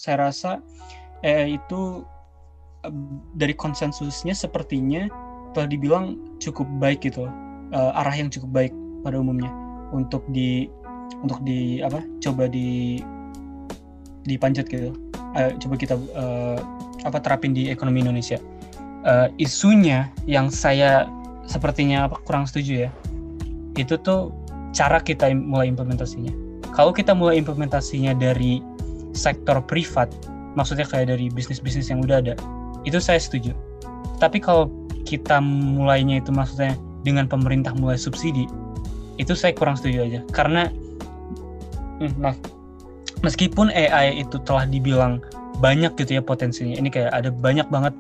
saya rasa AI itu dari konsensusnya sepertinya telah dibilang cukup baik gitu, arah yang cukup baik pada umumnya untuk coba dipanjat gitu. Coba kita terapin di ekonomi Indonesia. Isunya yang saya sepertinya kurang setuju ya, itu tuh cara kita mulai implementasinya. Kalau kita mulai implementasinya dari sektor privat, maksudnya kayak dari bisnis-bisnis yang udah ada, itu saya setuju. Tapi kalau kita mulainya itu maksudnya dengan pemerintah mulai subsidi, itu saya kurang setuju aja. Karena meskipun AI itu telah dibilang banyak gitu ya potensinya, ini kayak ada banyak banget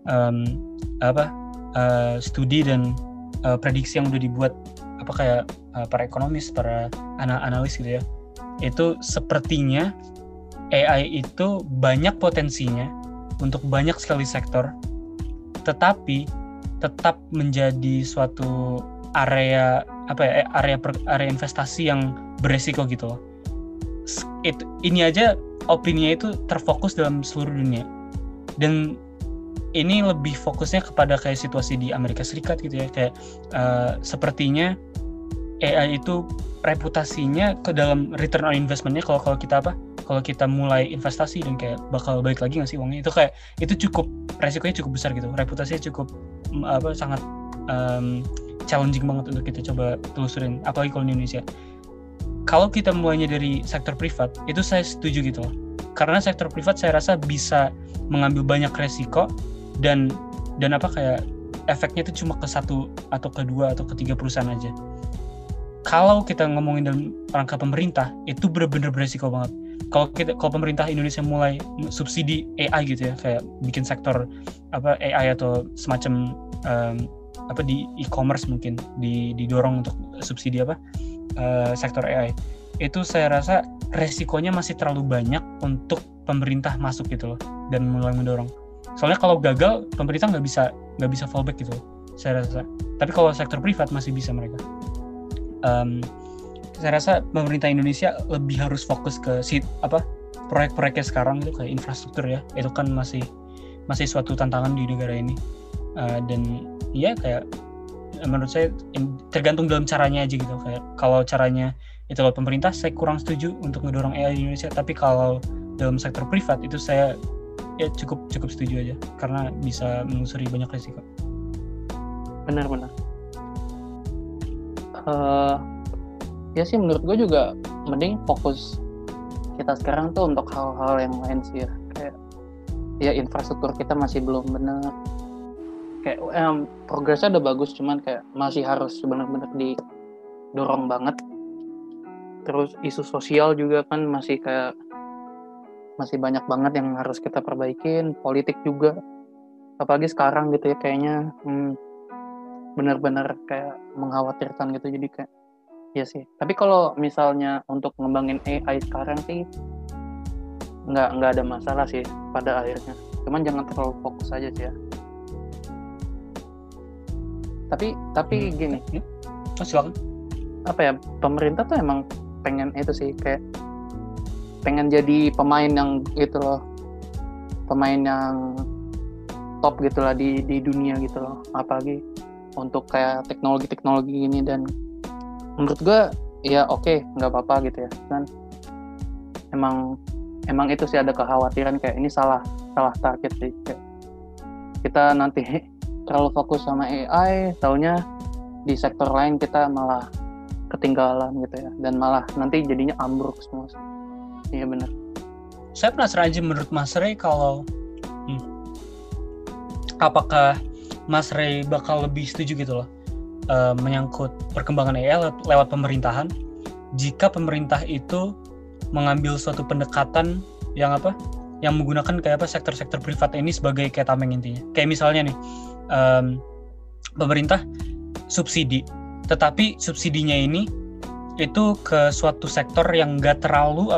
studi dan prediksi yang udah dibuat para ekonomis, para analis gitu ya. Itu sepertinya AI itu banyak potensinya untuk banyak sekali sektor, tetapi tetap menjadi suatu area investasi yang beresiko gitu loh. Ini aja opininya itu terfokus dalam seluruh dunia, dan ini lebih fokusnya kepada kayak situasi di Amerika Serikat gitu ya, kayak sepertinya AI itu reputasinya ke dalam return on investment-nya kalau kita mulai investasi dan kayak bakal balik lagi nggak sih uangnya, itu kayak itu cukup resikonya cukup besar gitu, reputasinya cukup sangat challenging banget untuk kita coba telusurin, apalagi kalau di Indonesia. Kalau kita mulainya dari sektor privat, itu saya setuju gitu loh, karena sektor privat saya rasa bisa mengambil banyak resiko dan kayak efeknya itu cuma ke satu atau ke dua atau ke tiga perusahaan aja. Kalau kita ngomongin dalam rangka pemerintah, itu benar-benar beresiko banget. Kalau pemerintah Indonesia mulai subsidi AI gitu ya, kayak bikin sektor AI atau semacam di e-commerce mungkin didorong untuk subsidi sektor AI, itu saya rasa resikonya masih terlalu banyak untuk pemerintah masuk gitu loh dan mulai mendorong. Soalnya kalau gagal, pemerintah nggak bisa fallback gitu loh, saya rasa. Tapi kalau sektor privat masih bisa mereka. Saya rasa pemerintah Indonesia lebih harus fokus ke proyek-proyeknya sekarang itu kayak infrastruktur ya, itu kan masih suatu tantangan di negara ini, dan ya kayak menurut saya tergantung dalam caranya aja gitu. Kayak kalau caranya itu kalau pemerintah, saya kurang setuju untuk ngedorong AI di Indonesia, tapi kalau dalam sektor privat itu saya ya cukup setuju aja karena bisa menelusuri banyak risiko. Benar. Ya sih, menurut gue juga mending fokus kita sekarang tuh untuk hal-hal yang lain sih ya. Kayak ya infrastruktur kita masih belum benar. Kayak progresnya udah bagus, cuman kayak masih harus benar-benar didorong banget. Terus isu sosial juga kan masih banyak banget yang harus kita perbaikin. Politik juga, apalagi sekarang gitu ya, kayaknya benar-benar kayak mengkhawatirkan gitu. Jadi kayak ya sih. Tapi kalau misalnya untuk ngembangin AI sekarang sih nggak ada masalah sih pada akhirnya. Cuman jangan terlalu fokus aja sih ya. Tapi gini. Silakan. Pemerintah tuh emang pengen itu sih, kayak pengen jadi pemain yang gitu loh. Pemain yang top gitu lah di dunia gitu loh. Apalagi untuk kayak teknologi ini, dan menurut gue ya oke, nggak apa-apa gitu ya. Dan emang itu sih ada kekhawatiran kayak ini salah target sih. Kayak kita nanti terlalu fokus sama AI, taunya di sektor lain kita malah ketinggalan gitu ya, dan malah nanti jadinya ambruk semua sih. Iya benar. Saya penasaran aja menurut Mas Ray, kalau apakah Mas Ray bakal lebih setuju gitu loh menyangkut perkembangan AI lewat pemerintahan, jika pemerintah itu mengambil suatu pendekatan yang menggunakan kayak sektor-sektor privat ini sebagai kayak tameng intinya. Kayak misalnya nih, pemerintah subsidi, tetapi subsidinya ini itu ke suatu sektor yang nggak terlalu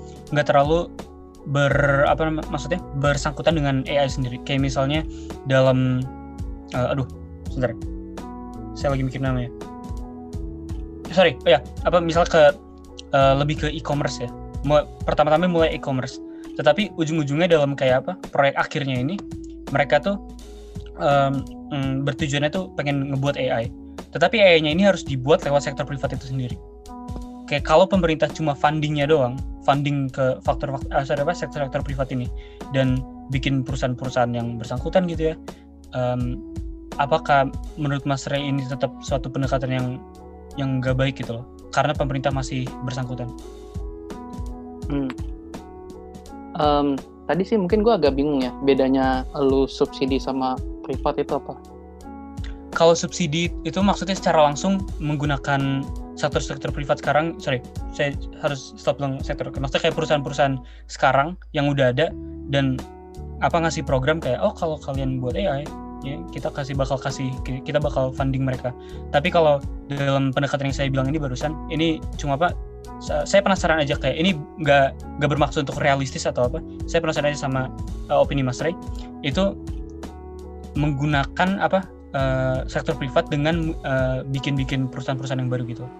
bersangkutan dengan AI sendiri. Kayak misalnya dalam sebentar, saya lagi mikir namanya. Misal lebih ke e-commerce ya. Pertama-tama mulai e-commerce. Tetapi ujung-ujungnya dalam kayak apa proyek akhirnya ini mereka tuh bertujuannya tuh pengen ngebuat AI. Tetapi AI-nya ini harus dibuat lewat sektor privat itu sendiri. Kayak kalau pemerintah cuma fundingnya doang, funding ke sektor privat ini dan bikin perusahaan-perusahaan yang bersangkutan gitu ya, apakah menurut Mas Ray ini tetap suatu pendekatan yang nggak baik gitu loh? Karena pemerintah masih bersangkutan. Tadi sih mungkin gue agak bingung ya, bedanya lu subsidi sama privat itu apa? Kalau subsidi itu maksudnya secara langsung menggunakan sektor privat sekarang, saya harus stop dong sektor. Maksudnya kayak perusahaan-perusahaan sekarang yang udah ada dan ngasih program kayak kalau kalian buat AI ya kita bakal funding mereka. Tapi kalau dalam pendekatan yang saya bilang ini barusan, ini cuma saya penasaran aja kayak ini nggak bermaksud untuk realistis atau apa. Saya penasaran aja sama opini Mas Ray itu menggunakan sektor privat dengan bikin perusahaan-perusahaan yang baru gitu.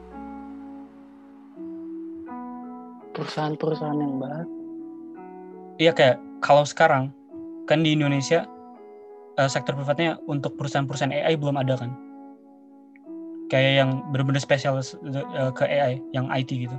Perusahaan-perusahaan yang baru? Iya, kayak kalau sekarang kan di Indonesia sektor privatnya untuk perusahaan-perusahaan AI belum ada kan. Kayak yang benar-benar spesialis ke AI, yang IT gitu.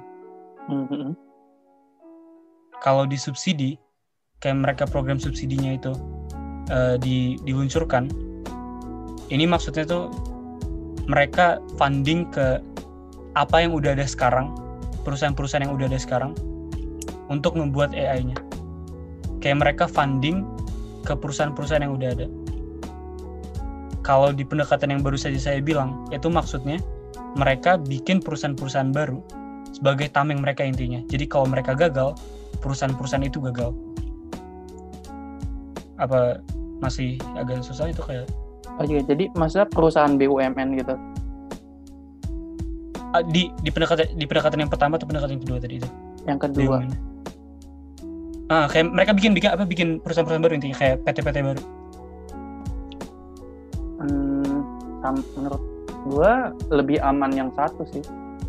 Kalau disubsidi, kayak mereka program subsidinya itu diluncurkan, ini maksudnya tuh mereka funding ke apa yang udah ada sekarang, perusahaan-perusahaan yang udah ada sekarang untuk membuat AI-nya. Kayak mereka funding ke perusahaan-perusahaan yang udah ada. Kalau di pendekatan yang baru saja saya bilang, itu maksudnya mereka bikin perusahaan-perusahaan baru sebagai tameng mereka intinya. Jadi kalau mereka gagal, perusahaan-perusahaan itu gagal. Apa masih agak susah itu kayak? Oh iya, jadi maksudnya perusahaan BUMN gitu? Di pendekatan yang pertama atau pendekatan yang kedua tadi itu? Yang kedua. BUMN. Kayak mereka bikin perusahaan-perusahaan baru intinya kayak PT-PT baru. Menurut gue lebih aman yang satu sih,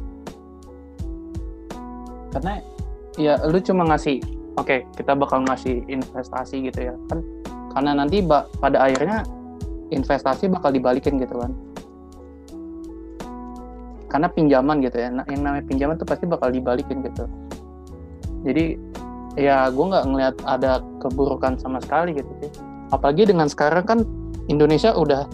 karena ya lu cuma ngasih kita bakal ngasih investasi gitu ya kan, karena nanti pada akhirnya investasi bakal dibalikin gitu kan, karena pinjaman gitu ya, yang namanya pinjaman tuh pasti bakal dibalikin gitu. Jadi ya gue nggak ngelihat ada keburukan sama sekali gitu sih, apalagi dengan sekarang kan Indonesia udah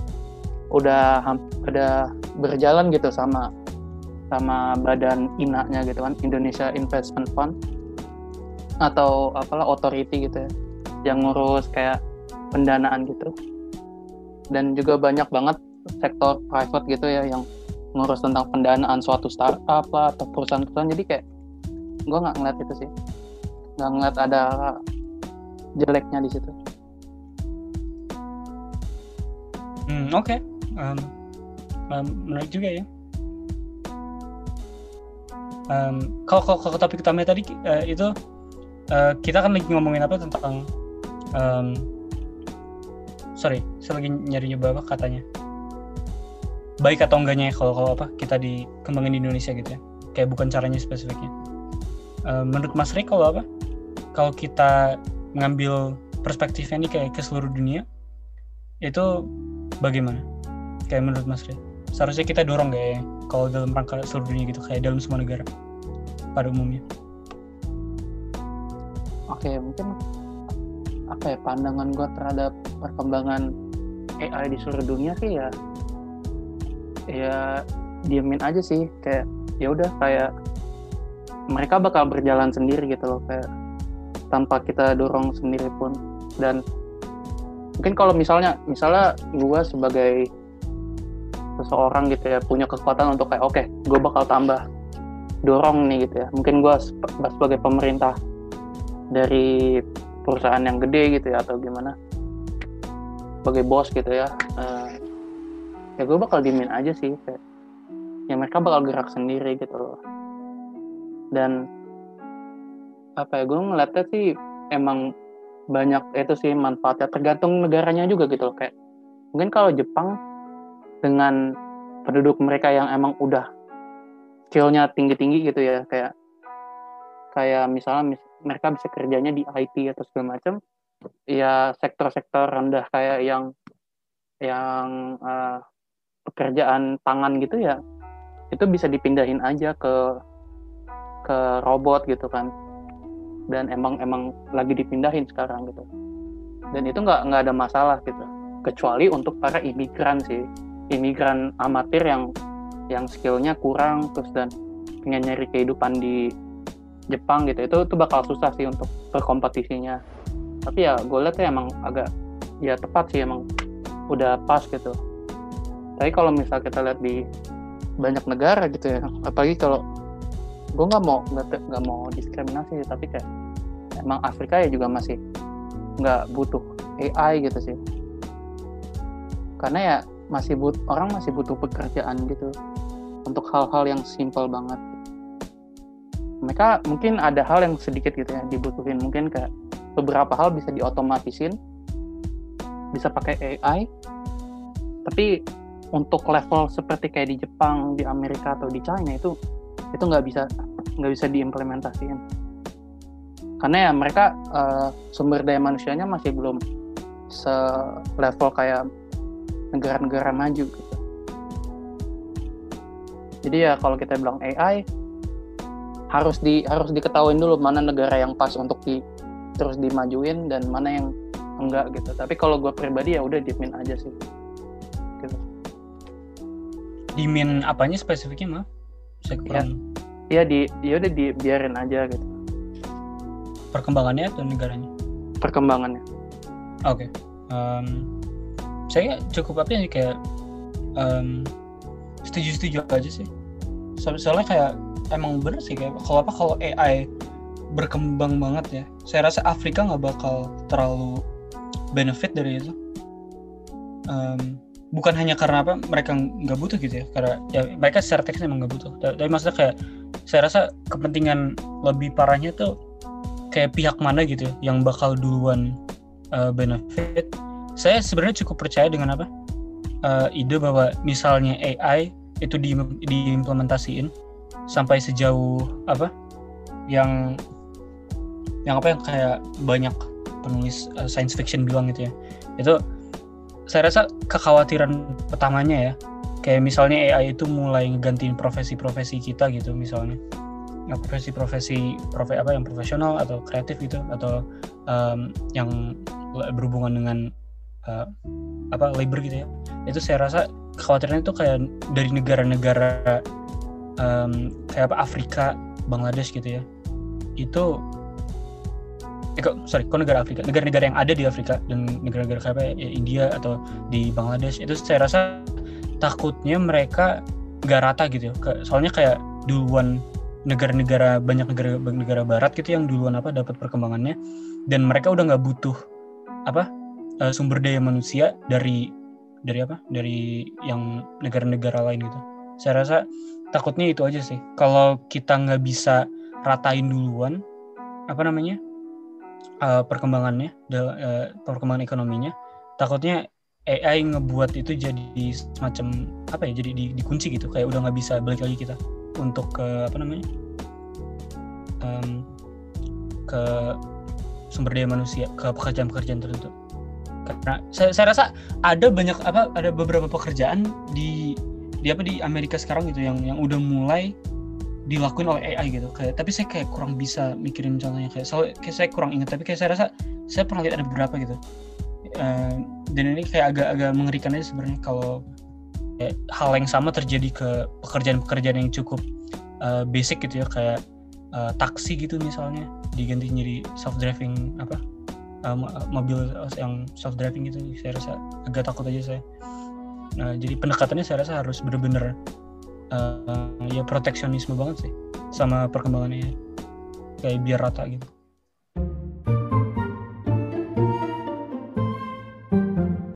berjalan gitu sama badan INA-nya gitu kan, Indonesia Investment Fund atau authority gitu ya, yang ngurus kayak pendanaan gitu. Dan juga banyak banget sektor private gitu ya yang ngurus tentang pendanaan suatu startup lah atau perusahaan-perusahaan. Jadi kayak gue nggak ngeliat itu sih, nggak ngeliat ada jeleknya di situ. Oke. Menarik juga ya. Kalau topik utama tadi itu kita kan lagi ngomongin apa tentang saya lagi nyari katanya baik atau enggaknya ya kalau kita dikembangin di Indonesia gitu ya, kayak bukan caranya spesifiknya. Menurut Mas Ray kalau kita ngambil perspektifnya nih kayak ke seluruh dunia itu bagaimana? Kayak menurut Mas Ray seharusnya kita dorong gak ya kalau dalam rangka seluruh dunia gitu, kayak dalam semua negara pada umumnya? Oke, mungkin pandangan gue terhadap perkembangan AI di seluruh dunia sih ya diemin aja sih, kayak ya udah, kayak mereka bakal berjalan sendiri gitu loh, kayak tanpa kita dorong sendiri pun. Dan mungkin kalau misalnya gue sebagai seseorang gitu ya punya kekuatan untuk kayak gue bakal tambah dorong nih gitu ya, mungkin gue sebagai pemerintah dari perusahaan yang gede gitu ya atau gimana, sebagai bos gitu ya, ya gue bakal diemin aja sih, kayak ya mereka bakal gerak sendiri gitu loh. Dan gue ngeliatnya sih emang banyak itu sih manfaatnya, tergantung negaranya juga gitu loh. Kayak mungkin kalau Jepang dengan penduduk mereka yang emang udah skillnya tinggi-tinggi gitu ya, kayak misalnya mereka bisa kerjanya di IT atau segala macam, ya sektor-sektor rendah kayak yang pekerjaan tangan gitu ya, itu bisa dipindahin aja ke robot gitu kan. Dan emang lagi dipindahin sekarang gitu. Dan itu nggak ada masalah gitu. Kecuali untuk para imigran sih, imigran amatir yang skillnya kurang terus dan pengen nyari kehidupan di Jepang gitu, itu bakal susah sih untuk berkompetisinya. Tapi ya gue lihat ya emang agak ya tepat sih, emang udah pas gitu. Tapi kalau misal kita lihat di banyak negara gitu ya, apalagi kalau gue nggak mau diskriminasi, tapi kayak emang Afrika ya juga masih nggak butuh AI gitu sih, karena ya orang masih butuh pekerjaan gitu untuk hal-hal yang simple banget. Mereka mungkin ada hal yang sedikit gitu ya dibutuhin, mungkin kayak beberapa hal bisa diotomatisin, bisa pakai AI, tapi untuk level seperti kayak di Jepang, di Amerika atau di China itu nggak bisa diimplementasikan, karena ya mereka sumber daya manusianya masih belum selevel kayak negara-negara maju gitu. Jadi ya kalau kita bilang AI harus diketahui dulu mana negara yang pas untuk terus dimajuin dan mana yang enggak gitu. Tapi kalau gue pribadi ya udah dimin aja sih. Gitu. Dimin apanya spesifiknya mah? Saya kurang. Iya udah dibiarin aja gitu. Perkembangannya atau negaranya? Perkembangannya. Oke. Saya cukup apa ya kayak setuju aja sih. Soalnya kayak emang bener sih kayak kalau AI berkembang banget ya, saya rasa Afrika nggak bakal terlalu benefit dari itu. Bukan hanya karena apa mereka nggak butuh gitu ya, karena ya mereka secara teknis emang nggak butuh. Tapi maksudnya kayak saya rasa kepentingan lebih parahnya tuh kayak pihak mana gitu ya, yang bakal duluan benefit. Saya sebenarnya cukup percaya dengan apa ide bahwa misalnya AI itu diimplementasiin sampai sejauh apa yang kayak banyak penulis science fiction bilang gitu ya, itu saya rasa kekhawatiran pertamanya ya, kayak misalnya AI itu mulai ngegantiin profesi-profesi kita gitu, misalnya profesi yang profesional atau kreatif gitu, atau yang berhubungan dengan labor gitu ya. Itu saya rasa kekhawatirannya itu kayak dari negara-negara kayak Afrika, Bangladesh gitu ya. Itu negara-negara yang ada di Afrika dan negara-negara kayak ya, India atau di Bangladesh, itu saya rasa takutnya mereka nggak rata gitu ya. Soalnya kayak duluan banyak negara barat gitu yang duluan dapat perkembangannya, dan mereka udah nggak butuh sumber daya manusia dari yang negara-negara lain gitu. Saya rasa takutnya itu aja sih, kalau kita nggak bisa ratain duluan perkembangannya, perkembangan ekonominya, takutnya AI ngebuat itu jadi semacam jadi dikunci gitu, kayak udah nggak bisa balik lagi kita untuk ke sumber daya manusia, ke pekerjaan-pekerjaan tertentu. Karena saya rasa ada beberapa pekerjaan di Amerika sekarang gitu yang udah mulai dilakuin oleh AI gitu, tapi saya kayak kurang bisa mikirin contohnya, kayak saya kurang ingat, tapi kayak saya rasa saya pernah lihat ada beberapa gitu. Dan ini kayak agak mengerikan aja sebenarnya kalau hal yang sama terjadi ke pekerjaan-pekerjaan yang cukup basic gitu ya, kayak taksi gitu misalnya diganti jadi self-driving mobil yang self-driving gitu. Saya rasa agak takut aja saya. Jadi pendekatannya saya rasa harus benar-benar ya proteksionisme banget sih sama perkembangannya, kayak biar rata gitu.